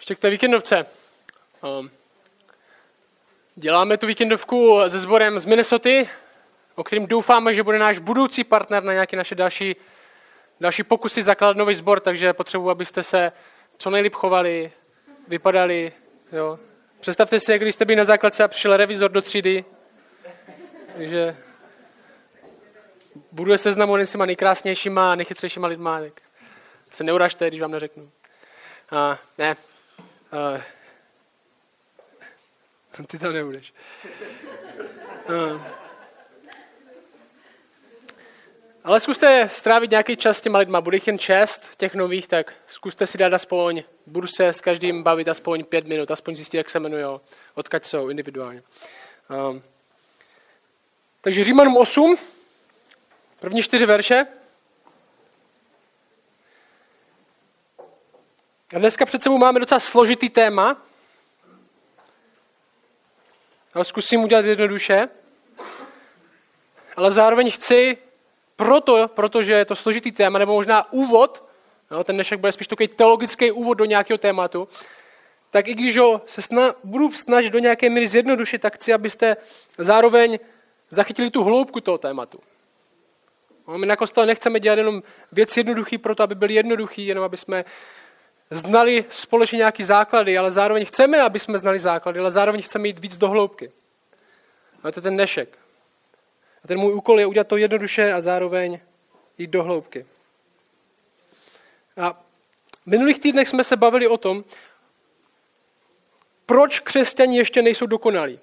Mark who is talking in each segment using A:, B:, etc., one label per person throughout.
A: Ještě k té víkendovce. Děláme tu víkendovku se sborem z Minnesoty, o kterým doufáme, že bude náš budoucí partner na nějaké naše další pokusy zakládat nový sbor, takže potřebuji, abyste se co nejlíp chovali, vypadali. Jo. Představte si, jak když jste byli na základce a přišel revizor do třídy, takže buduje seznamovat s těma nejkrásnějšíma a nejchytřejšíma lidma, tak se neuražte, když vám neřeknu. Ty tam nebudeš. Ale zkuste strávit nějaký čas s těma lidma, bude jich jen 6 těch nových, tak zkuste si dát aspoň, budu se s každým bavit aspoň 5 minut, aspoň zjistit, jak se jmenujou, odkud jsou individuálně. Takže Římanům 8, první 4 verše. A dneska před sebou máme docela složitý téma. Já zkusím udělat jednoduše, ale zároveň chci protože je to složitý téma, nebo možná úvod, ten dnešek bude spíš takový teologický úvod do nějakého tématu, tak i když ho budu snažit do nějaké míry zjednodušit, tak chci, abyste zároveň zachytili tu hloubku toho tématu. My na kostele nechceme dělat jenom věc jednoduchý proto, aby byly jednoduchý, jenom aby jsme znali společně nějaký základy, ale zároveň chceme, aby jsme znali základy, ale zároveň chceme jít víc do hloubky. A to je ten dnešek. A ten můj úkol je udělat to jednoduše a zároveň jít do hloubky. A v minulých týdnech jsme se bavili o tom, proč křesťani ještě nejsou dokonalí.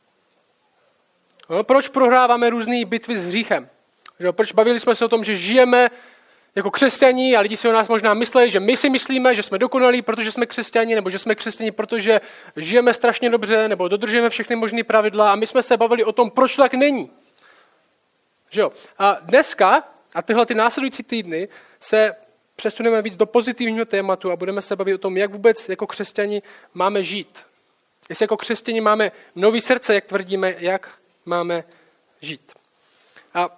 A: Proč prohráváme různé bitvy s hříchem. Proč bavili jsme se o tom, že žijeme jako křesťani a lidi si o nás možná myslí, že my si myslíme, že jsme dokonalí, protože jsme křesťani, nebo že jsme křesťani, protože žijeme strašně dobře, nebo dodržujeme všechny možné pravidla a my jsme se bavili o tom, proč to tak není. Že jo? A dneska a tyhle ty následující týdny se přesuneme víc do pozitivního tématu a budeme se bavit o tom, jak vůbec jako křesťani máme žít. Jestli jako křesťani máme nový srdce, jak tvrdíme, jak máme žít. A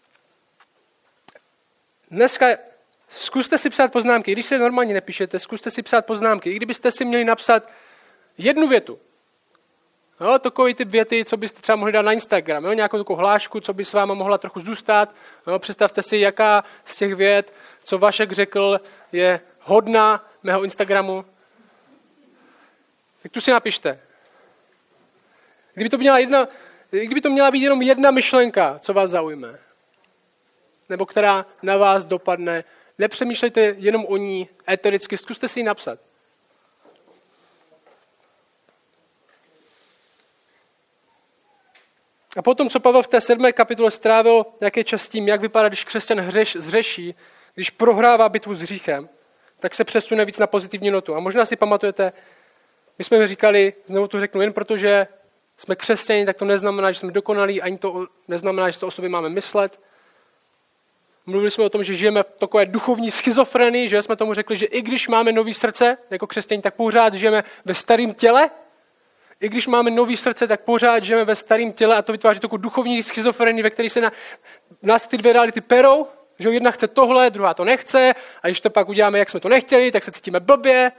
A: dneska zkuste si psát poznámky. Když se normálně nepíšete, zkuste si psát poznámky. I kdybyste si měli napsat jednu větu. Jo, takový typ věty, co byste třeba mohli dát na Instagram. Jo, nějakou takovou hlášku, co by s váma mohla trochu zůstat. Jo, představte si, jaká z těch vět, co Vašek řekl, je hodná mého Instagramu. Tak tu si napište. Kdyby to měla být jenom jedna myšlenka, co vás zaujme, nebo která na vás dopadne, nepřemýšlejte jenom o ní etericky, zkuste si ji napsat. A potom, co Pavel v té 7. kapitole strávil nějaké čas tím, jak vypadá, když křesťan zřeší, když prohrává bitvu s hříchem, tak se přesune víc na pozitivní notu. A možná si pamatujete, my jsme říkali, znovu to řeknu, jen protože jsme křesťani, tak to neznamená, že jsme dokonalí, ani to neznamená, že to o sobě máme myslet. Mluvili jsme o tom, že žijeme v takové duchovní schizofrenii, že jsme tomu řekli, že i když máme nový srdce jako křesťané, tak pořád žijeme ve starém těle. I když máme nový srdce, tak pořád žijeme ve starém těle a to vytváří takovou duchovní schizofrenii, ve které se nás ty dvě reality perou, že jedna chce tohle, druhá to nechce a když to pak uděláme, jak jsme to nechtěli, tak se cítíme blbě.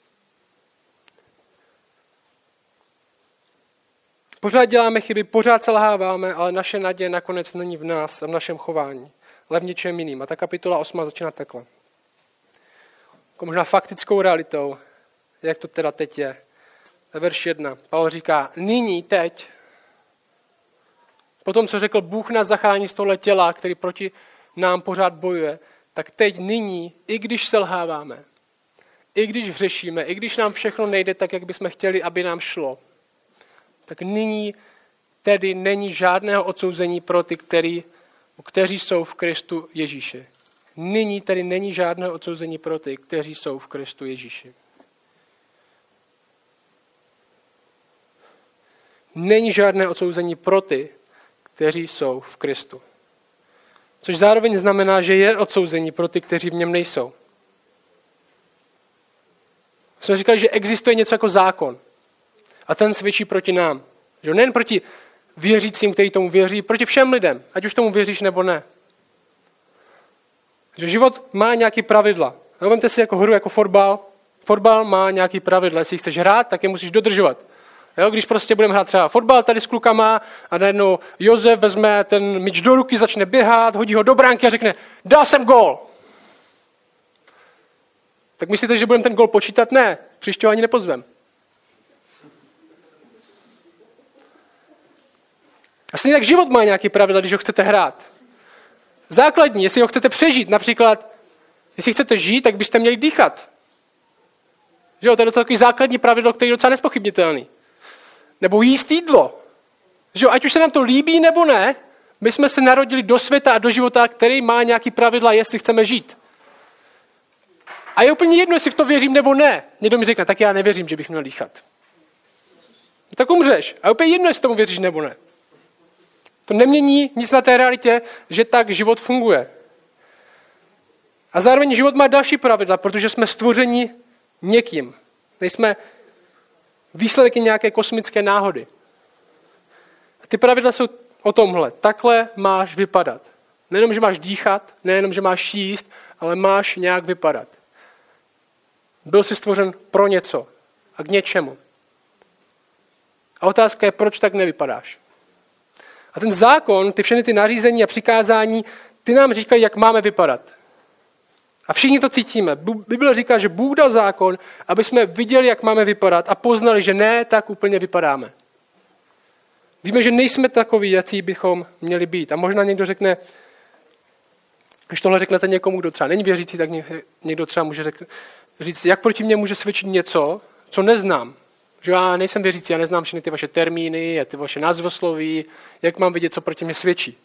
A: Pořád děláme chyby, pořád selháváme, ale naše naděje nakonec není v nás a v našem chování, ale v něčem jiným. A ta kapitola 8 začíná takhle. Jako možná faktickou realitou, jak to teda teď je. Verš 1. Pavel říká, nyní, teď, po tom, co řekl, Bůh nás zachrání z tohle těla, který proti nám pořád bojuje, tak teď, nyní, i když selháváme, i když hřešíme, i když nám všechno nejde tak, jak bychom chtěli, aby nám šlo, tak nyní tedy není žádného odsouzení pro ty, kteří jsou v Kristu Ježíši. Nyní tedy není žádného odsouzení pro ty, kteří jsou v Kristu Ježíši. Není žádné odsouzení pro ty, kteří jsou v Kristu. Což zároveň znamená, že je odsouzení pro ty, kteří v něm nejsou. Jsme říkali, že existuje něco jako zákon. A ten svědčí proti nám. Že nejen proti věřícím, kteří tomu věří, proti všem lidem, ať už tomu věříš nebo ne. Že život má nějaké pravidla. Vemte si jako hru, jako fotbal. fotbal má nějaký pravidla, jestli chceš hrát, tak je musíš dodržovat. Jo, když prostě budeme hrát třeba fotbal tady s klukama a najednou Josef vezme ten míč do ruky, začne běhat, hodí ho do bránky a řekne, dal jsem gól. Tak myslíte, že budeme ten gól počítat? Ne, příště ho ani nepozvem. A stejně tak život má nějaký pravidla, když ho chcete hrát. Základní, jestli ho chcete přežít, například, jestli chcete žít, tak byste měli dýchat. Že jo, to je docela takový základní pravidlo, který je docela nespochybnitelný. Nebo jíst jídlo. Že jo, ať už se nám to líbí nebo ne, my jsme se narodili do světa a do života, který má nějaký pravidla, jestli chceme žít. A je úplně jedno, jestli v to věřím nebo ne. Někdo mi řekne, tak já nevěřím, že bych měl dýchat. Tak umřeš. A je úplně jedno, jestli tomu věříš nebo ne. To nemění nic na té realitě, že tak život funguje. A zároveň život má další pravidla, protože jsme stvořeni někým. Nejsme výsledky nějaké kosmické náhody. A ty pravidla jsou o tomhle. Takhle máš vypadat. Nejenom, že máš dýchat, nejenom, že máš jíst, ale máš nějak vypadat. Byl jsi stvořen pro něco a k něčemu. A otázka je, proč tak nevypadáš. A ten zákon, ty všechny ty nařízení a přikázání, ty nám říkají, jak máme vypadat. A všichni to cítíme. Bible říká, že Bůh dal zákon, aby jsme viděli, jak máme vypadat a poznali, že ne, tak úplně vypadáme. Víme, že nejsme takoví, jací bychom měli být. A možná někdo řekne, když tohle řeknete někomu, kdo třeba není věřící, tak někdo třeba může říct, jak proti mně může svědčit něco, co neznám. Že já nejsem věřící, já neznám všechny ty vaše termíny a ty vaše názvosloví, jak mám vidět, co proti mě svědčí.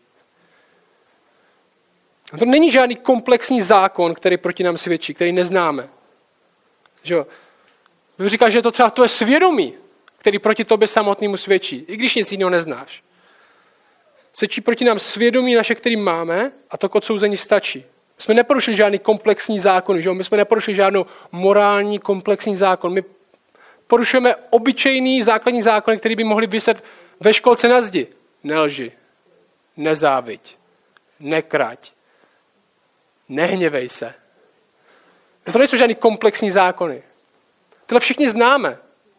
A: A to není žádný komplexní zákon, který proti nám svědčí, který neznáme. Že jo? Bůh říká, že je to třeba tvoje svědomí, který proti tobě samotnému svědčí, i když nic jiného neznáš. Svědčí proti nám svědomí naše, který máme, a to k odsouzení stačí. My jsme neporušili žádný komplexní zákon, že jo? My jsme neporušili žádnou morální komplexní zákon. My porušujeme obyčejný základní zákon, který by mohli vyset ve školce na zdi. Nelži, nezáviď, nekrať, nehněvej se. To nejsou žádný komplexní zákony. Tyhle všichni známe.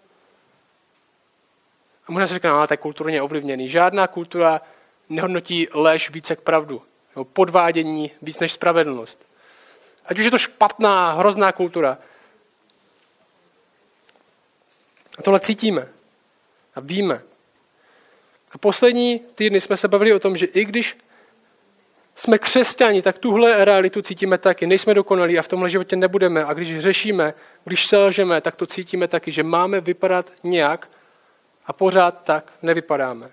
A: A možná se říká, to je kulturně ovlivněný. Žádná kultura nehodnotí lež více k pravdu. Nebo podvádění víc než spravedlnost. Ať už je to špatná, hrozná kultura. A tohle cítíme. A víme. A poslední týdny jsme se bavili o tom, že i když jsme křesťani, tak tuhle realitu cítíme taky. Nejsme dokonalí a v tomhle životě nebudeme. A když řešíme, když selžeme, tak to cítíme taky, že máme vypadat nějak a pořád tak nevypadáme.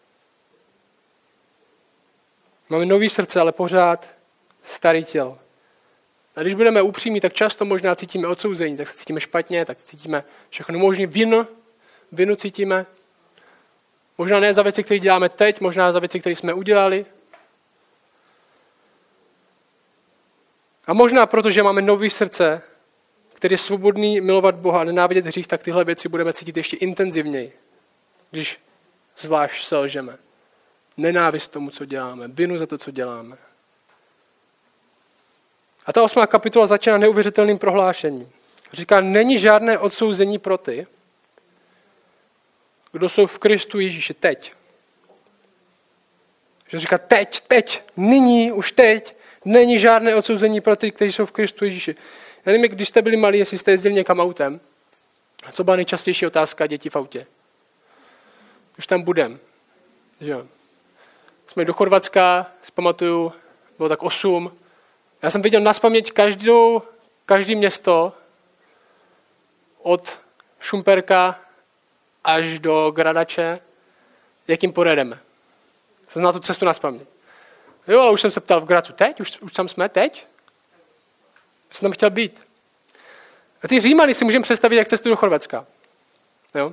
A: Máme nový srdce, ale pořád starý tělo. A když budeme upřímní, tak často možná cítíme odsouzení, tak se cítíme špatně, tak cítíme všechno možný vinu cítíme. Možná ne za věci, které děláme teď, možná za věci, které jsme udělali. A možná proto, že máme nový srdce, který je svobodný milovat Boha a nenávidět hřích, tak tyhle věci budeme cítit ještě intenzivněji, když zvlášť selžeme. Nenávist tomu, co děláme, vinu za to, co děláme. A ta 8. kapitola začíná neuvěřitelným prohlášením. Říká, není žádné odsouzení pro ty, kdo jsou v Kristu Ježíši teď. Že říká teď, nyní, už teď, není žádné odsouzení pro ty, kteří jsou v Kristu Ježíši. Já nevím, když jste byli malí, jestli jste jezdili někam autem. A co byla nejčastější otázka dětí v autě? Už tam budem. Že? Jsme do Chorvatska, si pamatuju, bylo tak 8. Já jsem viděl nazpaměť každý město od Šumperka až do Gradače, jakým pojedeme. Jsem znal tu cestu nazpaměť. Jo, ale už jsem se ptal v Gracu, teď? Už tam jsme, teď? Jsem tam chtěl být. A ty Římany si můžeme představit, jak cestu do Chorvatska. Jo?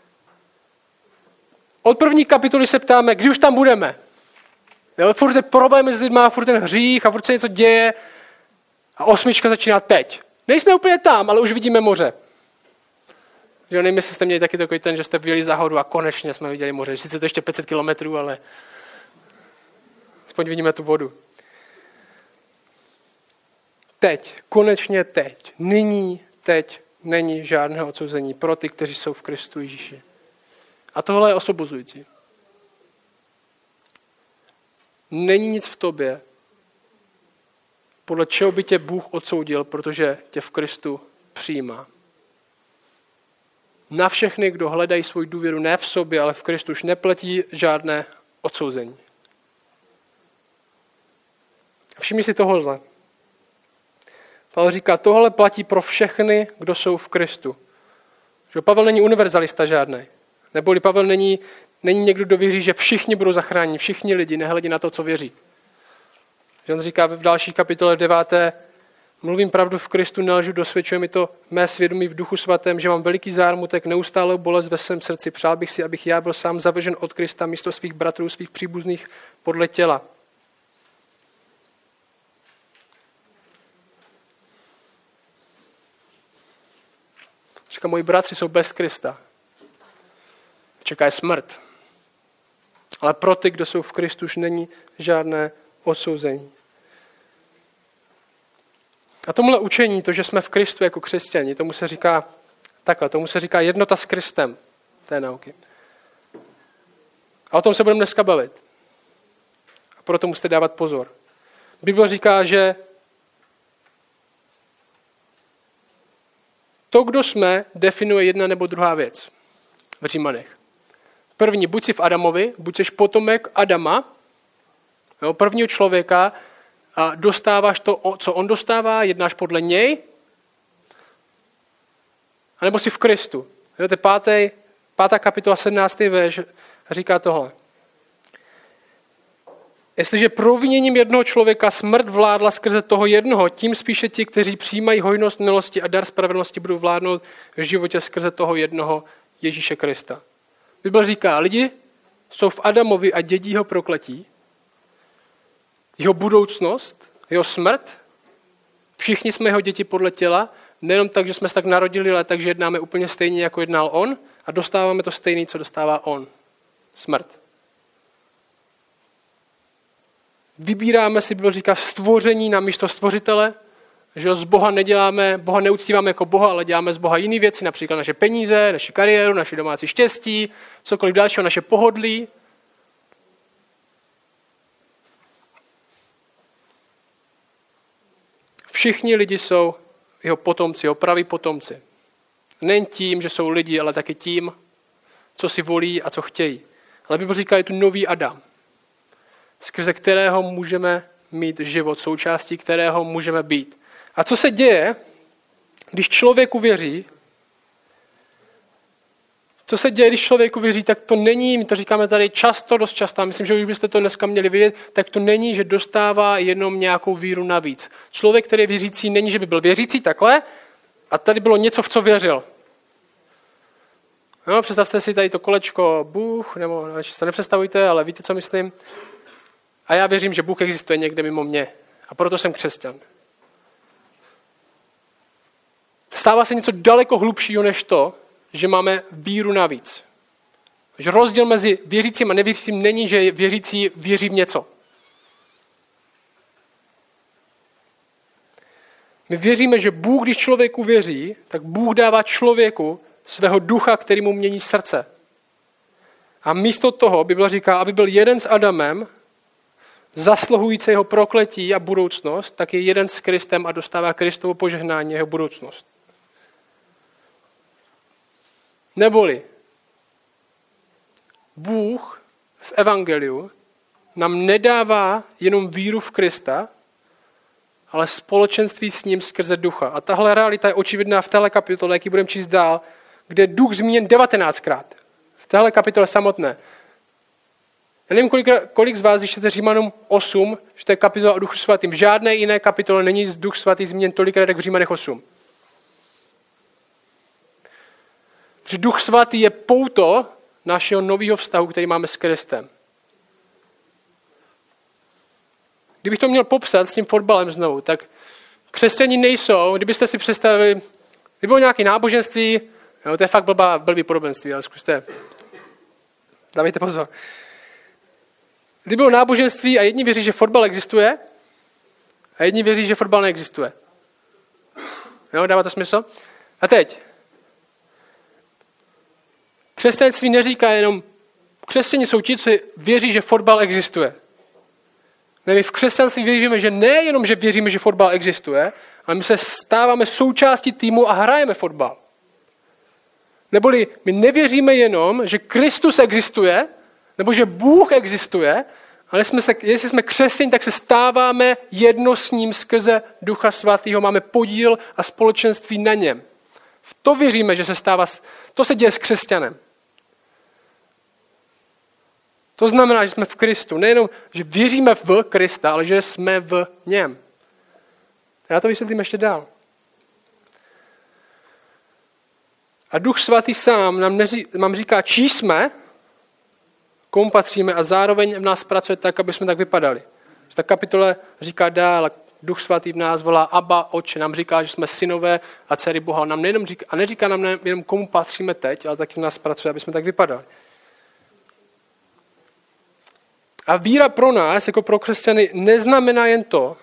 A: Od první kapitoly se ptáme, kdy už tam budeme. Jo? Furt ten problém s lidma, furt ten hřích a furt se něco děje. A 8 začíná teď. Nejsme úplně tam, ale už vidíme moře. Že nevím, jestli jste měli taky takový ten, že jste vyjeli za horu a konečně jsme viděli moře. Sice to ještě 500 kilometrů, ale aspoň vidíme tu vodu. Teď, konečně teď, nyní, teď, není žádného odsouzení pro ty, kteří jsou v Kristu Ježíši. A tohle je osobozující. Není nic v tobě, podle čeho by tě Bůh odsoudil, protože tě v Kristu přijímá. Na všechny, kdo hledají svou důvěru ne v sobě, ale v Kristu, už neplatí žádné odsouzení. Všimni si tohle. Pavel říká, tohle platí pro všechny, kdo jsou v Kristu. Že Pavel není univerzalista žádný. Neboli Pavel není někdo, kdo věří, že všichni budou zachráněni, všichni lidi, nehledí na to, co věří. Že on říká v další kapitole 9. Mluvím pravdu v Kristu, nelžu, dosvědčuje mi to mé svědomí v Duchu svatém, že mám veliký zármutek, neustálou bolest ve svém srdci. Přál bych si, abych já byl sám zavržen od Krista místo svých bratrů, svých příbuzných podle těla. Říká, moji bratři jsou bez Krista. Čeká je smrt. Ale pro ty, kdo jsou v Kristu, už není žádné odsouzení. A tomuhle učení, to, že jsme v Kristu jako křesťani, tomu se říká takhle, tomu se říká jednota s Kristem té nauky. A o tom se budeme dneska bavit. A proto musíte dávat pozor. Bible říká, že to, kdo jsme, definuje jedna nebo druhá věc v Římanech. První, buď jsi v Adamovi, buď jsi potomek Adama, prvního člověka, a dostáváš to, co on dostává, jednáš podle něj, anebo jsi v Kristu. To je 5. kapitola 17. verš říká tohle. Jestliže proviněním jednoho člověka smrt vládla skrze toho jednoho, tím spíše ti, kteří přijímají hojnost milosti a dar spravedlnosti, budou vládnout v životě skrze toho jednoho Ježíše Krista. Bible říká, lidi jsou v Adamovi a dědí ho prokletí, jeho budoucnost, jeho smrt, všichni jsme jeho děti podle těla, nejenom tak, že jsme se tak narodili, ale tak, že jednáme úplně stejně, jako jednal on a dostáváme to stejné, co dostává on. Smrt. Vybíráme si, Bible říká, stvoření na místo stvořitele, že z Boha neuctíváme jako Boha, ale děláme z Boha jiné věci, například naše peníze, naši kariéru, naše domácí štěstí, cokoliv dalšího, naše pohodlí. Všichni lidi jsou jeho potomci, jeho praví potomci. Nejen tím, že jsou lidi, ale taky tím, co si volí a co chtějí. Ale Bible říká, je tu nový Adam, skrze kterého můžeme mít život, součástí kterého můžeme být. A co se děje, když člověk uvěří? Co se děje, když člověk uvěří, tak to není, my to říkáme tady dost často, a myslím, že už byste to dneska měli vědět, tak to není, že dostává jenom nějakou víru navíc. Člověk, který je věřící, není, že by byl věřící takhle a tady bylo něco, v co věřil. No, představte si tady to kolečko Bůh, nebo se nepředstavujte, ale víte, co myslím. A já věřím, že Bůh existuje někde mimo mě. A proto jsem křesťan. Stává se něco daleko hlubšího než to, že máme víru navíc. Že rozdíl mezi věřícím a nevěřícím není, že věřící věří v něco. My věříme, že Bůh, když člověku věří, tak Bůh dává člověku svého ducha, který mu mění srdce. A místo toho Bible říká, aby byl jeden s Adamem, zasluhující jeho prokletí a budoucnost, tak je jeden s Kristem a dostává Kristovo požehnání jeho budoucnost. Neboli Bůh v evangeliu nám nedává jenom víru v Krista, ale společenství s ním skrze ducha. A tahle realita je očividná v téhle kapitole, jaký budeme číst dál, kde je duch zmíněn 19krát. V téhle kapitole samotné. Já nevím, kolik z vás, když čtete Římanům 8, že to je kapitola o Duchu svatým. V žádné jiné kapitole není Duch svatý zmíněn tolikrát, jak v Římanech 8. Protože Duch svatý je pouto našeho nového vztahu, který máme s Kristem. Kdybych to měl popsat s tím fotbalem znovu, tak křesťané nejsou, kdybyste si představili, kdyby bylo nějaké náboženství, jo, to je fakt blbý podobenství, ale zkuste, dávejte pozor. Kdyby bylo náboženství a jedni věří, že fotbal existuje, a jedni věří, že fotbal neexistuje. Jo, dává to smysl? A teď. Křesťanství neříká jenom, křesťané jsou ti, co věří, že fotbal existuje. Ne, my v křesťanství věříme, že nejenom, že věříme, že fotbal existuje, ale my se stáváme součástí týmu a hrajeme fotbal. Neboli my nevěříme jenom, že Kristus existuje, nebo že Bůh existuje, ale jestli jsme křesťané, tak se stáváme jedno s ním skrze Ducha Svatého, máme podíl a společenství na něm. V to věříme, že se stává, to se děje s křesťanem. To znamená, že jsme v Kristu. Nejenom, že věříme v Krista, ale že jsme v něm. Já to vysvětlím ještě dál. A Duch Svatý sám nám říká, čí jsme, komu patříme a zároveň v nás pracuje tak, aby jsme tak vypadali. Ta kapitola říká dál, Duch Svatý v nás volá Abba, Otče, nám říká, že jsme synové a dcery Boha. Nám nejenom říká, a neříká nám jenom, komu patříme teď, ale taky v nás pracuje, aby jsme tak vypadali. A víra pro nás, jako pro křesťany, neznamená jen to,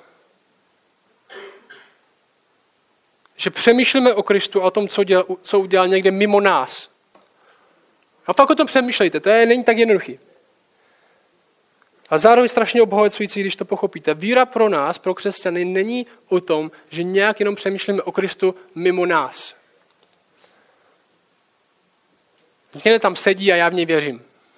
A: že přemýšlíme o Kristu a o tom, co udělal někde mimo nás. A fakt o tom přemýšlejte, není tak jednoduchý. A zároveň strašně obohacující, když to pochopíte. Víra pro nás, pro křesťany, není o tom, že nějak jenom přemýšlíme o Kristu mimo nás. Někde tam sedí a já v něj věřím.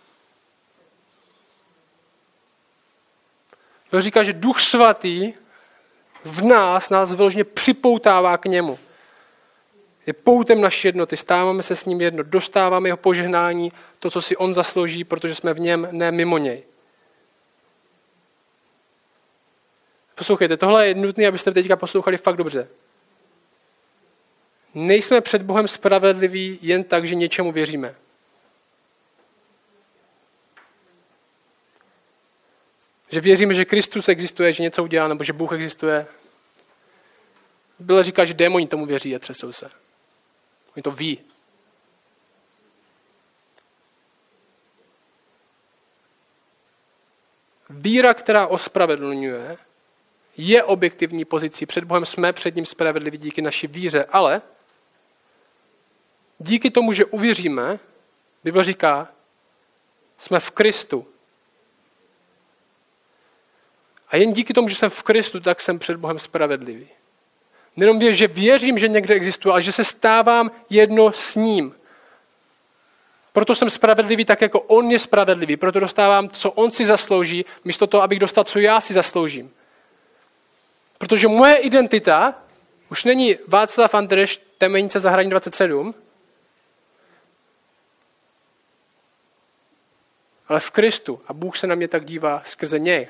A: To říká, že Duch Svatý v nás vyloženě připoutává k němu. Je poutem naší jednoty, stáváme se s ním jedno, dostáváme jeho požehnání, to, co si on zaslouží, protože jsme v něm, ne mimo něj. Poslouchejte, tohle je nutné, abyste teďka poslouchali fakt dobře. Nejsme před Bohem spravedliví jen tak, že něčemu věříme. Že věříme, že Kristus existuje, že něco udělá, nebo že Bůh existuje. Bible říká, že démoni tomu věří a třesou se. Oni to ví. Víra, která ospravedlňuje, je objektivní pozicí. Před Bohem jsme před ním spravedliví díky naší víře, ale díky tomu, že uvěříme, Bible říká, jsme v Kristu. A jen díky tomu, že jsem v Kristu, tak jsem před Bohem spravedlivý. Nejenom že věřím, že někde existuje, ale že se stávám jedno s ním. Proto jsem spravedlivý tak, jako on je spravedlivý. Proto dostávám, co on si zaslouží, místo toho, abych dostal, co já si zasloužím. Protože moje identita už není Václav Andreš, Temenice Zahradní 27, ale v Kristu. A Bůh se na mě tak dívá skrze něj.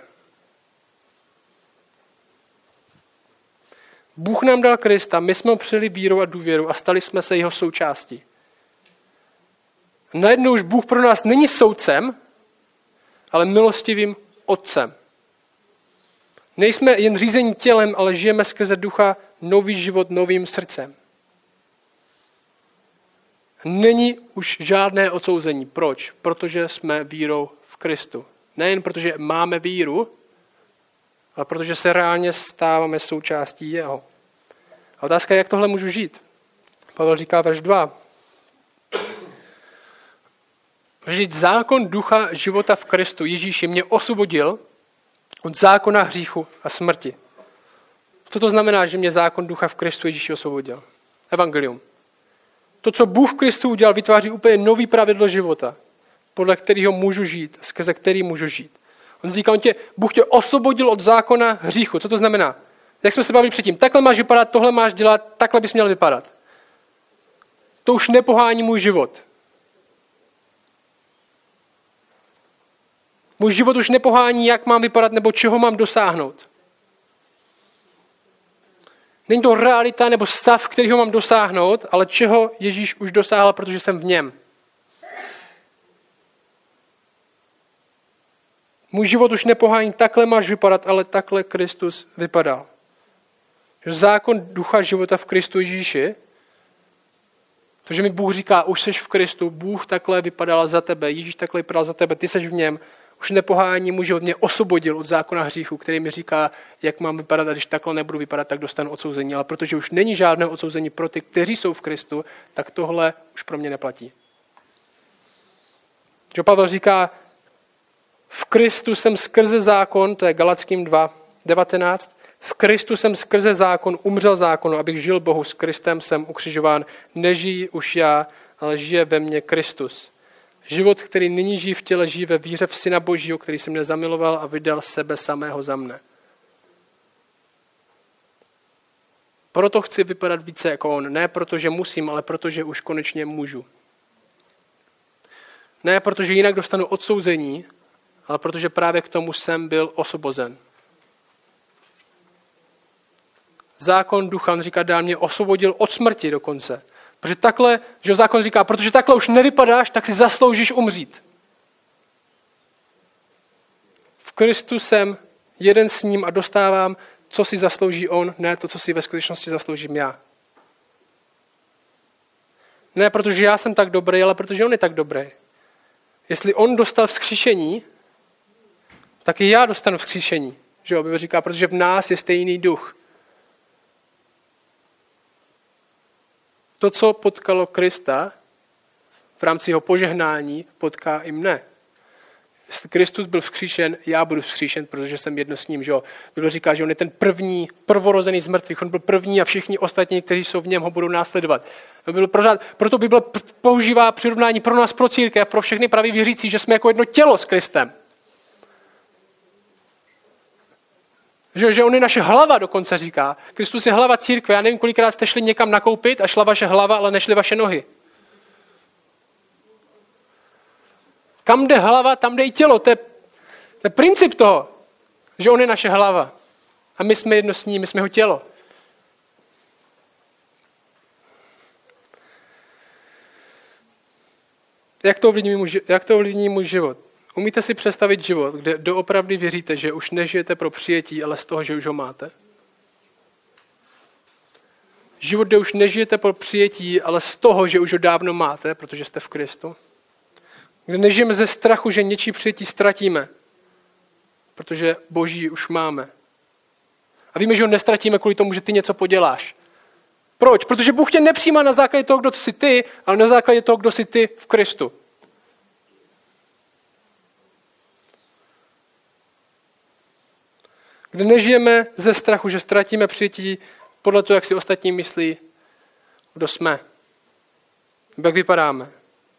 A: Bůh nám dal Krista, my jsme ho přijali vírou a důvěru a stali jsme se jeho součástí. Najednou už Bůh pro nás není soudcem, ale milostivým otcem. Nejsme jen řízení tělem, ale žijeme skrze ducha nový život novým srdcem. Není už žádné odsouzení. Proč? Protože jsme vírou v Kristu. Nejen protože máme víru, ale protože se reálně stáváme součástí jeho. A otázka je, jak tohle můžu žít. Pavel říká verš 2. Žít zákon ducha života v Kristu Ježíši mě osvobodil od zákona hříchu a smrti. Co to znamená, že mě zákon ducha v Kristu Ježíši osvobodil? Evangelium. To, co Bůh v Kristu udělal, vytváří úplně nový pravidlo života, podle kterého můžu žít, skrze který můžu žít. On říká, Bůh tě osvobodil od zákona hříchu. Co to znamená? Jak jsme se bavili předtím, takhle máš vypadat, tohle máš dělat, takhle bys měl vypadat. To už nepohání můj život. Můj život už nepohání, jak mám vypadat nebo čeho mám dosáhnout. Není to realita nebo stav, kterýho mám dosáhnout, ale čeho Ježíš už dosáhl, protože jsem v něm. Můj život už nepohání, takhle máš vypadat, ale takhle Kristus vypadal. Zákon ducha života v Kristu Ježíši, to, že mi Bůh říká, už seš v Kristu, Bůh takhle vypadal za tebe, Ježíš takhle vypadal za tebe, ty seš v něm, už nepohání můj život, mě osvobodil od zákona hříchu, který mi říká, jak mám vypadat a když takhle nebudu vypadat, tak dostanu odsouzení. Ale protože už není žádné odsouzení pro ty, kteří jsou v Kristu, tak tohle už pro mě neplatí. Že Pavel říká, v Kristu jsem skrze zákon, to je Galackým 2:19, v Kristu jsem skrze zákon umřel zákonu, abych žil Bohu, s Kristem jsem ukřižován. Nežijí už já, ale žije ve mně Kristus. Život, který nyní žijí v těle, žijí ve víře v Syna Božího, který se mne zamiloval a vydal sebe samého za mne. Proto chci vypadat více jako on. Ne protože musím, ale protože už konečně můžu. Ne protože jinak dostanu odsouzení, ale protože právě k tomu jsem byl osvobozen. Zákon ducha, říká, dál mě osvobodil od smrti dokonce. Protože takhle, že zákon říká, protože takhle už nevypadáš, tak si zasloužíš umřít. V Kristu jsem jeden s ním a dostávám, co si zaslouží on, ne to, co si ve skutečnosti zasloužím já. Ne protože já jsem tak dobrý, ale protože on je tak dobrý. Jestli on dostal vzkříšení, tak i já dostanu vzkříšení. Že jo, Bible říká, protože v nás je stejný duch. To, co potkalo Krista v rámci jeho požehnání, potká i mne. Jestli Kristus byl vzkříšen, já budu vzkříšen, protože jsem jedno s ním. Že jo? Bible říká, že on je ten první, prvorozený z mrtvých. On byl první a všichni ostatní, kteří jsou v něm, ho budou následovat. Proto Bible používá přirovnání pro nás, pro církev, pro všechny praví věřící, že jsme jako jedno tělo s Kristem. Že on je naše hlava, dokonce říká. Kristus je hlava církve. Já nevím, kolikrát jste šli někam nakoupit a šla vaše hlava, ale nešly vaše nohy. Kam jde hlava, tam jde i tělo. To je princip toho, že on je naše hlava. A my jsme jedno s ním, my jsme jeho tělo. Jak to ovlivní můj život? Umíte si představit život, kde doopravdy věříte, že už nežijete pro přijetí, ale z toho, že už ho máte? Život, kde už nežijete pro přijetí, ale z toho, že už ho dávno máte, protože jste v Kristu? Kde nežijeme ze strachu, že něčí přijetí ztratíme, protože Boží už máme. A víme, že ho nestratíme kvůli tomu, že ty něco poděláš. Proč? Protože Bůh tě nepřijímá na základě toho, kdo jsi ty, ale na základě toho, kdo jsi ty v Kristu. Kde nežijeme ze strachu, že ztratíme přijetí podle toho, jak si ostatní myslí, kdo jsme. Jak vypadáme.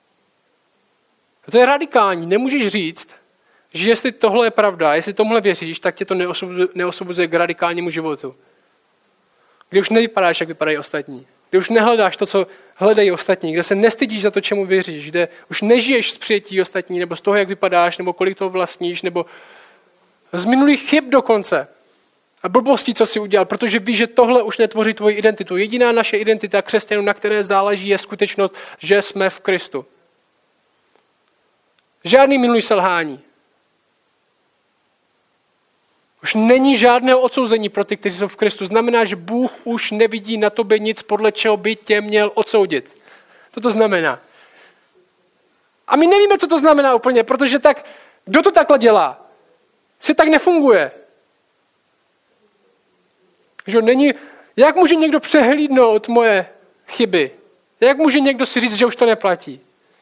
A: A to je radikální. Nemůžeš říct, že jestli tohle je pravda, jestli tomuhle věříš, tak tě to neosvobozuje k radikálnímu životu. Kde už nevypadáš, jak vypadají ostatní. Kde už nehledáš to, co hledají ostatní. Kde se nestydíš za to, čemu věříš. Kde už nežiješ z přijetí ostatní, nebo z toho, jak vypadáš, nebo kolik toho vlastníš, nebo z minulých chyb dokonce. A blbostí, co jsi udělal, protože víš, že tohle už netvoří tvoji identitu. Jediná naše identita křesťanů, na které záleží, je skutečnost, že jsme v Kristu. Žádný minulý selhání. Už není žádného odsouzení pro ty, kteří jsou v Kristu. Znamená, že Bůh už nevidí na tobě nic, podle čeho by tě měl odsoudit. Co to znamená? A my nevíme, co to znamená úplně, protože tak, kdo to takhle dělá? Svět tak nefunguje. Že není, jak může někdo přehlídnout moje chyby? Jak může někdo si říct, že už to neplatí?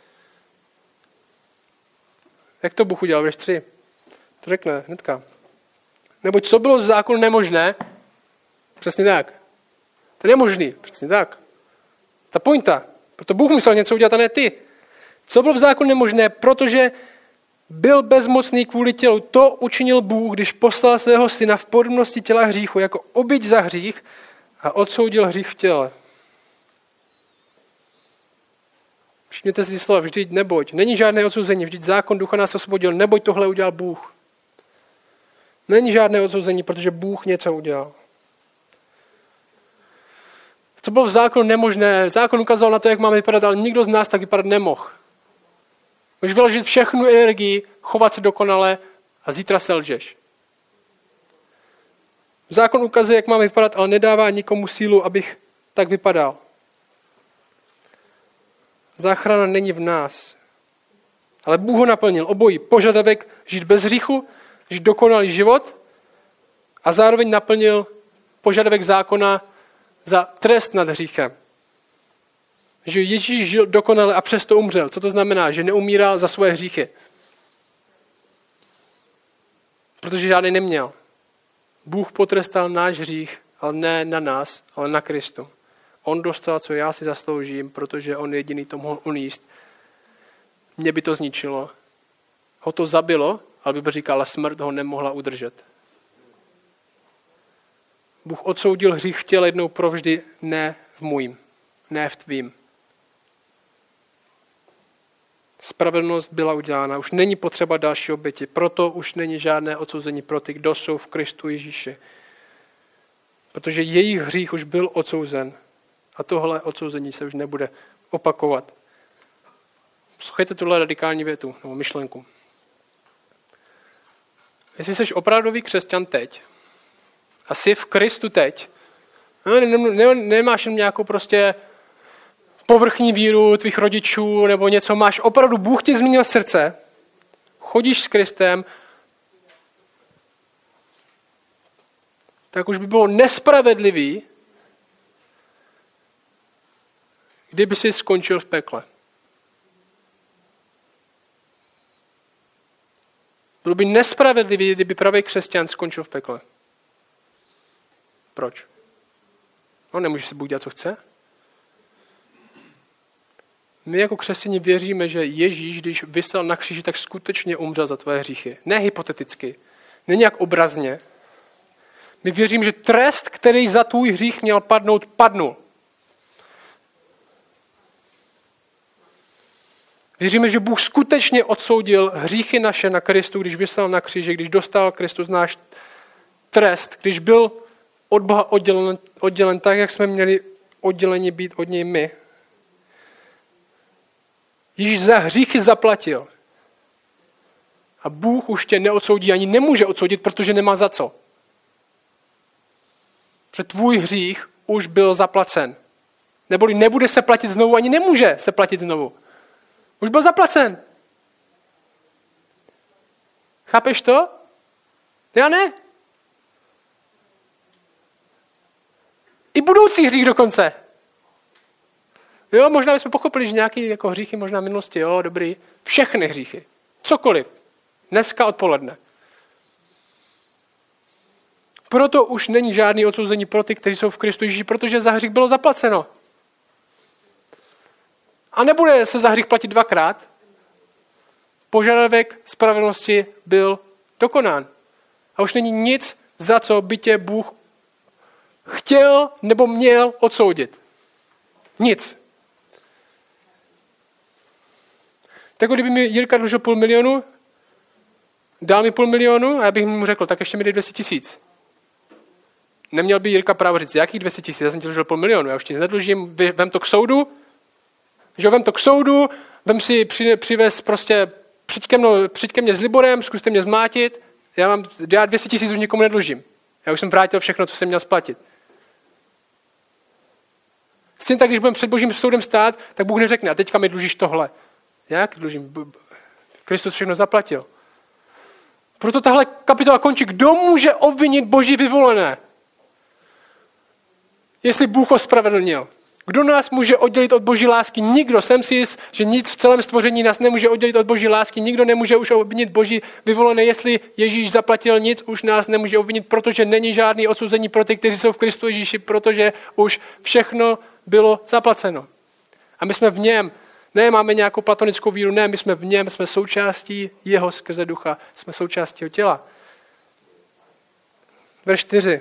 A: Jak to Bůh udělal, verš 3? To řekne hnedka. Neboť co bylo z zákonu nemožné? Přesně tak. To je nemožný. Přesně tak. Ta pointa. Proto Bůh musel něco udělat a ne ty. Co bylo v zákonu nemožné? Protože byl bezmocný kvůli tělu. To učinil Bůh, když poslal svého syna v podobnosti těla hříchu jako oběť za hřích a odsoudil hřích v těle. Všimněte si ty slova, vždyť neboť. Není žádné odsouzení, vždyť zákon ducha nás osvobodil, neboť tohle udělal Bůh. Není žádné odsouzení, protože Bůh něco udělal. Co bylo v zákonu nemožné? Zákon ukázal na to, jak máme vypadat, ale nikdo z nás tak vypadat nemohl. Můžeš vyložit všechnu energii, chovat se dokonale a zítra selžeš. Zákon ukazuje, jak máme vypadat, ale nedává nikomu sílu, abych tak vypadal. Záchrana není v nás. Ale Bůh ho naplnil obojí. Požadavek žít bez hříchu, žít dokonalý život a zároveň naplnil požadavek zákona za trest nad hříchem. Že Ježíš žil dokonale a přesto umřel. Co to znamená? Že neumíral za svoje hříchy. Protože žádný neměl. Bůh potrestal náš hřích, ale ne na nás, ale na Kristu. On dostal, co já si zasloužím, protože on jediný to mohl uníst. Mě by to zničilo. Ho to zabilo, ale Bible říká, ale smrt ho nemohla udržet. Bůh odsoudil hřích v těle jednou provždy, ne v můjím, ne v tvým. Spravedlnost byla udělána, už není potřeba další oběti, proto už není žádné odsouzení pro ty, kdo jsou v Kristu Ježíši. Protože jejich hřích už byl odsouzen a tohle odsouzení se už nebude opakovat. Poslouchejte tuhle radikální větu nebo myšlenku. Jestli jsi opravdový křesťan teď a jsi v Kristu teď, nemáš jen nějakou prostě povrchní víru tvých rodičů nebo něco, máš opravdu, Bůh ti změnil srdce, chodíš s Kristem, tak už by bylo nespravedlivý, kdyby jsi skončil v pekle. Bylo by nespravedlivý, kdyby pravý křesťan skončil v pekle. Proč? No, nemůže si Bůh dělat, co chce. My jako křesťané věříme, že Ježíš, když visel na kříži, tak skutečně umřel za tvoje hříchy. Ne hypoteticky, ne nějak obrazně. My věříme, že trest, který za tvůj hřích měl padnout, padnul. Věříme, že Bůh skutečně odsoudil hříchy naše na Kristu, když visel na kříži, když dostal Kristus náš trest, když byl od Boha oddělen tak, jak jsme měli odděleni být od něj my. Ježíš za hříchy zaplatil. A Bůh už tě neodsoudí, ani nemůže odsoudit, protože nemá za co. Protože tvůj hřích už byl zaplacen. Neboli nebude se platit znovu, ani nemůže se platit znovu. Už byl zaplacen. Chápeš to? Já ne. I budoucí hřích dokonce. Jo, možná bychom pochopili, že nějaký jako hříchy možná v minulosti, jo, dobrý. Všechny hříchy. Cokoliv. Dneska odpoledne. Proto už není žádný odsouzení pro ty, kteří jsou v Kristu Ježíši, protože za hřích bylo zaplaceno. A nebude se za hřích platit dvakrát. Požadavek spravedlnosti byl dokonán. A už není nic, za co by tě Bůh chtěl nebo měl odsoudit. Nic. Tak kdyby mi Jirka dlužil 500 000, dal mi 500 000 a já bych mu řekl, tak ještě mi dej 200 000. Neměl by Jirka právo říct, jakých 200 000, já jsem ti dlužil 500 000, já už ti nedlužím, vem to k soudu, že vem to k soudu, vem si přivez prostě, přijď ke mně s Liborem, zkuste mě zmátit, já 200 000 už nikomu nedlužím. Já už jsem vrátil všechno, co jsem měl splatit. Stejně tak, když budeme před Božím soudem stát, tak Bůh neřekne, a teďka mi dlužíš tohle. Jak dlužím? Kristus všechno zaplatil. Proto tahle kapitola končí. Kdo může obvinit Boží vyvolené? Jestli Bůh ospravedlnil. Kdo nás může oddělit od Boží lásky? Nikdo. Jsem si jist, že nic v celém stvoření nás nemůže oddělit od Boží lásky. Nikdo nemůže už obvinit Boží vyvolené. Jestli Ježíš zaplatil, nic už nás nemůže obvinit, protože není žádný odsouzení pro ty, kteří jsou v Kristu Ježíši, protože už všechno bylo zaplaceno. A my jsme v něm. Ne, máme nějakou platonickou víru, ne, my jsme v něm, jsme součástí jeho skrze ducha, jsme součástí jeho těla. Verš 4.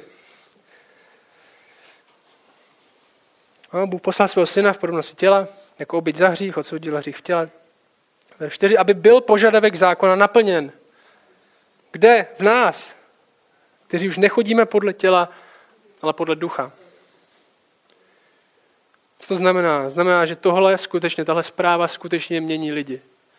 A: Bůh poslal svého syna v podobnosti těla, jako oběť za hřích, odsoudil hřích v těle. Verš 4. Aby byl požadavek zákona naplněn. Kde? V nás, kteří už nechodíme podle těla, ale podle ducha. Co to znamená? Znamená, že tahle zpráva skutečně mění lidi.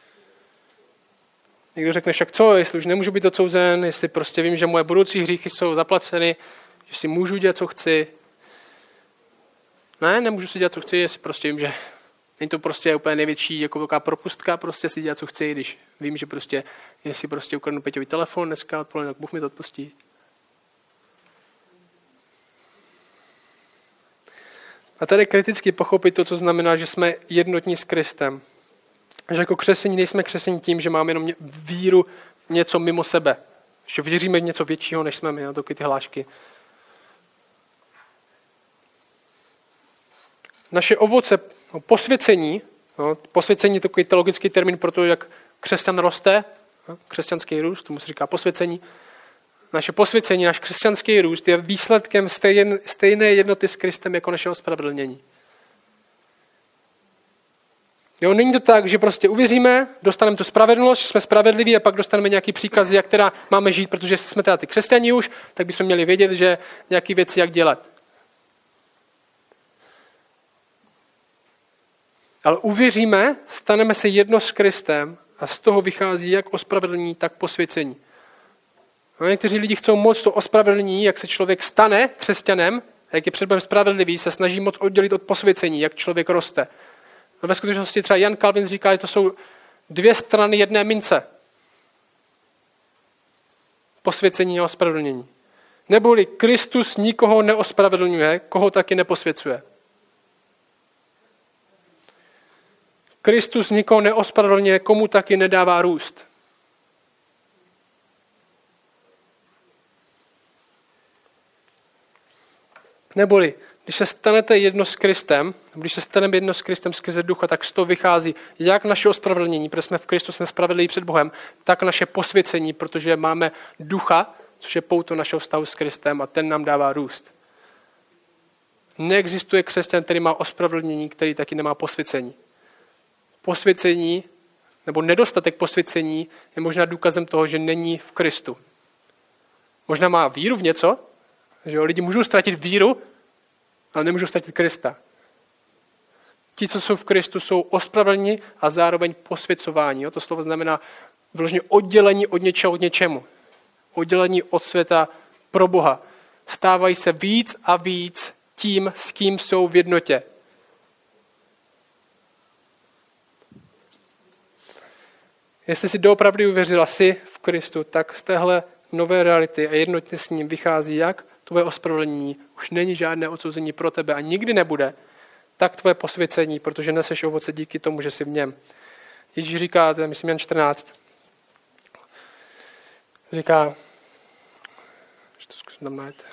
A: Někdo řekne, však co, jestli už nemůžu být odsouzen, jestli prostě vím, že moje budoucí hříchy jsou zaplaceny, že si můžu dělat, co chci. Ne, nemůžu si dělat, co chci, jestli prostě vím, že Není to prostě úplně největší jako velká propustka, prostě si dělat, co chci, když vím, že prostě, jestli prostě ukradnu Peťový telefon dneska odpoledne, tak Bůh mi to odpustí. A tady kriticky pochopit to, co znamená, že jsme jednotní s Kristem. Že jako křesení nejsme křesení tím, že máme jenom víru něco mimo sebe. Že věříme v něco většího, než jsme my, no, ty hlášky. Naše ovoce, posvěcení, posvěcení je takový teologický termín pro to, jak křesťan roste, křesťanský růst, tomu se říká posvěcení. Naše posvěcení, náš křesťanský růst je výsledkem stejné jednoty s Kristem jako našeho ospravedlnění. Jo, není to tak, že prostě uvěříme, dostaneme tu spravedlnost, že jsme spravedliví a pak dostaneme nějaký příkaz, jak teda máme žít, protože jsme teda ty křesťani už, tak bychom měli vědět, že nějaký věci jak dělat. Ale uvěříme, staneme se jedno s Kristem a z toho vychází jak ospravedlnění, tak posvěcení. No, někteří lidi chcou moc to ospravedlnění, jak se člověk stane křesťanem, jak je před Bohem spravedlivý, se snaží moc oddělit od posvěcení, jak člověk roste. No, ve skutečnosti třeba Jan Calvin říká, že to jsou dvě strany jedné mince. Posvěcení a ospravedlnění. Neboli Kristus nikoho neospravedlňuje, koho taky neposvěcuje. Kristus nikoho neospravedlňuje, komu taky nedává růst. Neboli, když se stanete jedno s Kristem, když se staneme jedno s Kristem skrze ducha, tak z toho vychází jak naše ospravedlnění, protože jsme v Kristu, jsme spravedliví před Bohem, tak naše posvěcení, protože máme ducha, což je pouto našeho vztahu s Kristem a ten nám dává růst. Neexistuje křesťan, který má ospravedlnění, který taky nemá posvěcení. Posvěcení nebo nedostatek posvěcení je možná důkazem toho, že není v Kristu. Možná má víru v něco, že lidi můžou ztratit víru, ale nemůžou ztratit Krista. Ti, co jsou v Kristu, jsou ospravedlněni a zároveň posvěcováni. To slovo znamená vyloženě oddělení od něčeho od něčemu. Oddělení od světa pro Boha. Stávají se víc a víc tím, s kým jsou v jednotě. Jestli si doopravdy uvěřila si v Kristu, tak z téhle nové reality a jednotně s ním vychází jak tvoje ospravedlnění, už není žádné odsouzení pro tebe a nikdy nebude, tak tvoje posvěcení, protože neseš ovoce díky tomu, že jsi v něm. Ježíš říká, to je myslím Jan 14, říká, že to zkusím tam najít.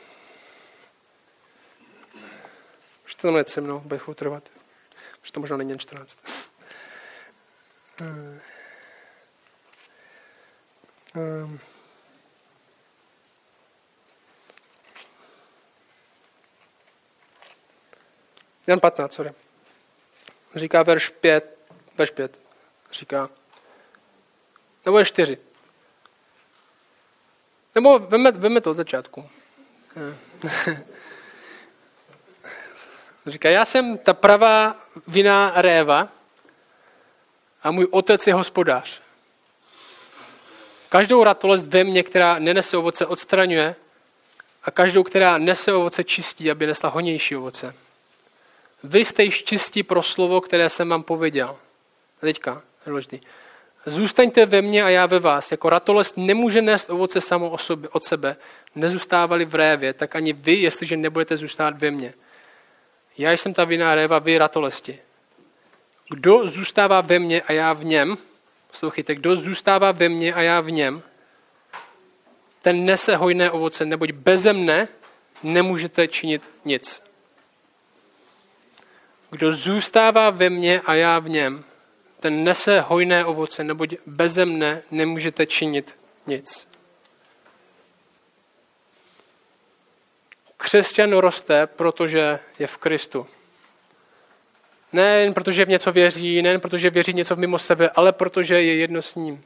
A: Už to tam najít se mnou, bude trvat. Už to možná není Jan 14. Jan 15, sorry. Říká verš 5, říká, nebo je 4. Nebo veme to od začátku. Říká, já jsem ta pravá vinná réva a můj otec je hospodář. Každou ratolest ve mně, která nenese ovoce, odstraňuje a každou, která nese ovoce, čistí, aby nesla hojnější ovoce. Vy jste již čistí pro slovo, které jsem vám pověděl. A teďka, důležitý. Zůstaňte ve mně a já ve vás. Jako ratolest nemůže nést ovoce samo od sebe. Nezůstávali v révě, tak ani vy, jestliže nebudete zůstávat ve mně. Já jsem ta vinná réva, vy ratolesti. Kdo zůstává ve mně a já v něm, poslouchejte, kdo zůstává ve mně a já v něm, ten nese hojné ovoce, neboť beze mne nemůžete činit nic. Kdo zůstává ve mně a já v něm, ten nese hojné ovoce, neboť beze mne nemůžete činit nic. Křesťan roste, protože je v Kristu. Ne jen protože v něco věří, ne jen protože věří něco mimo sebe, ale protože je jedno s ním.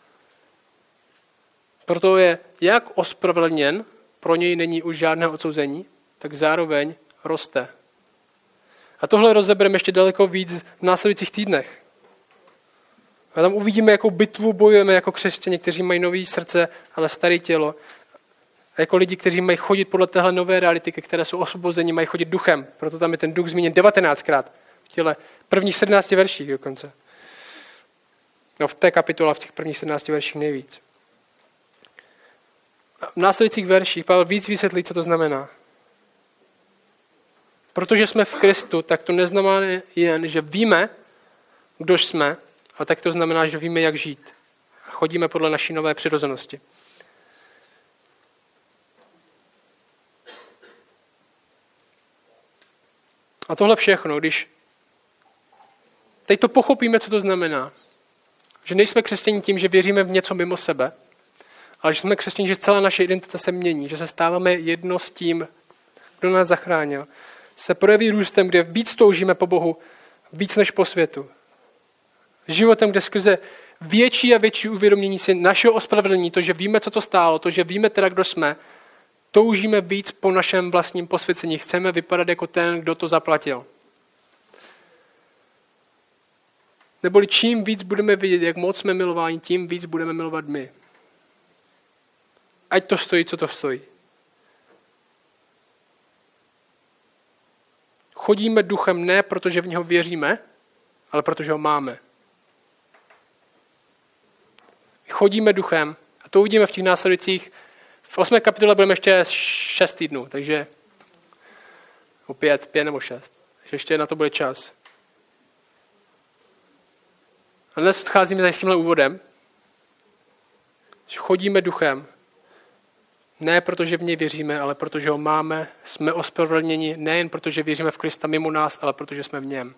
A: Proto je jak ospravedlněn, pro něj není už žádné odsouzení, tak zároveň roste. A tohle rozebereme ještě daleko víc v následujících týdnech. A tam uvidíme, jakou bitvu bojujeme jako křesťané, kteří mají nový srdce, ale staré tělo. A jako lidi, kteří mají chodit podle téhle nové reality, které jsou osvobození, mají chodit duchem. Proto tam je ten duch zmíněn 19krát. v těle prvních 17 verších dokonce. No v té kapitole, v těch prvních 17 verších nejvíc. V následujících verších Pavel víc vysvětlí, co to znamená. Protože jsme v Kristu, tak to neznamená jen, že víme, kdož jsme, ale tak to znamená, že víme, jak žít. A chodíme podle naší nové přirozenosti. A tohle všechno, když teď to pochopíme, co to znamená. Že nejsme křesťaní tím, že věříme v něco mimo sebe, ale že jsme křesťaní, že celá naše identita se mění, že se stáváme jedno s tím, kdo nás zachránil. Se projeví růstem, kde víc toužíme po Bohu, víc než po světu. Životem, kde skrze větší a větší uvědomění si našeho ospravedlnění, to, že víme, co to stálo, to, že víme teda, kdo jsme, toužíme víc po našem vlastním posvěcení. Chceme vypadat jako ten, kdo to zaplatil. Neboli čím víc budeme vidět, jak moc jsme milováni, tím víc budeme milovat my. Ať to stojí, co to stojí. Chodíme duchem ne, protože v něho věříme, ale protože ho máme. Chodíme duchem a to uvidíme v těch následujících. V 8. kapitole budeme ještě 6 týdnů, takže opět 5 nebo 6. Takže ještě na to bude čas. A dnes odcházíme tady s tímhle úvodem. Chodíme duchem. Ne protože v něj věříme, ale protože ho máme. Jsme ospravedlněni nejen protože věříme v Krista mimo nás, ale protože jsme v něm.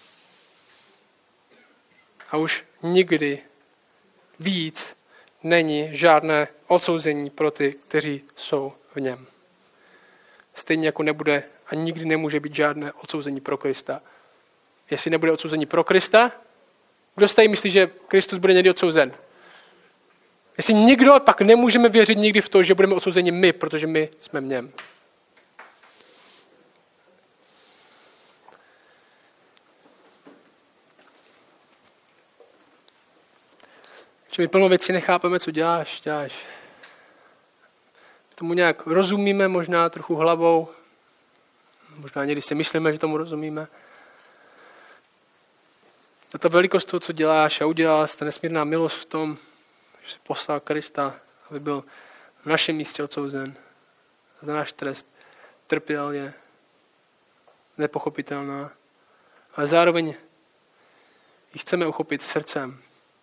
A: A už nikdy víc není žádné odsouzení pro ty, kteří jsou v něm. Stejně jako nebude a nikdy nemůže být žádné odsouzení pro Krista. Jestli nebude odsouzení pro Krista, kdo si tady myslí, že Kristus bude někdy odsouzen? Jestli nikdo, pak nemůžeme věřit nikdy v to, že budeme odsouzeni my, protože my jsme v něm. Že my plno věcí nechápeme, co děláš. Tomu nějak rozumíme, možná trochu hlavou. Možná někdy si myslíme, že tomu rozumíme. A ta velikost toho, co děláš a udělal, ta nesmírná milost v tom, že jsi poslal Krista, aby byl v našem místě odsouzen. Za náš trest trpěl je nepochopitelná. Ale zároveň ji chceme uchopit srdcem.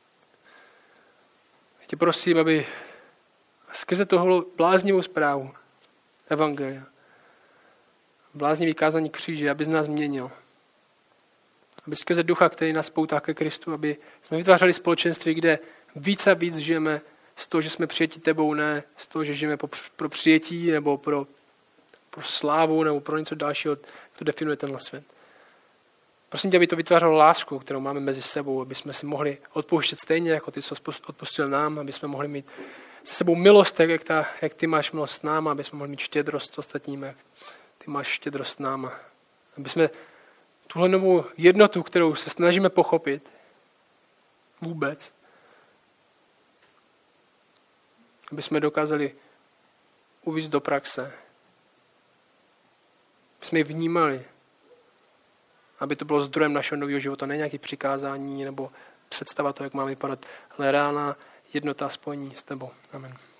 A: Já tě prosím, aby skrze tohle bláznivou zprávu evangelia, bláznivý kázání kříže, aby z nás změnil. Aby skrze ducha, který nás poutá ke Kristu, aby jsme vytvářeli společenství, kde víc a víc žijeme z toho, že jsme přijeti tebou, ne z toho, že žijeme pro přijetí nebo pro slávu nebo pro něco dalšího, to definuje tenhle svět. Prosím tě, aby to vytvářelo lásku, kterou máme mezi sebou, aby jsme si mohli odpouštět stejně, jako ty jsi odpustil nám, aby jsme mohli mít se sebou milost, jak ty máš milost s náma, aby jsme mohli mít štědrost s ostatními, jak ty máš štědrost s náma. Aby jsme tuhle novou jednotu, kterou se snažíme pochopit vůbec, aby jsme dokázali uvést do praxe, aby jsme ji vnímali, aby to bylo zdrojem našeho nového života, ne nějaké přikázání nebo představa toho, jak má vypadat, ale reálná jednota spojení s tebou. Amen.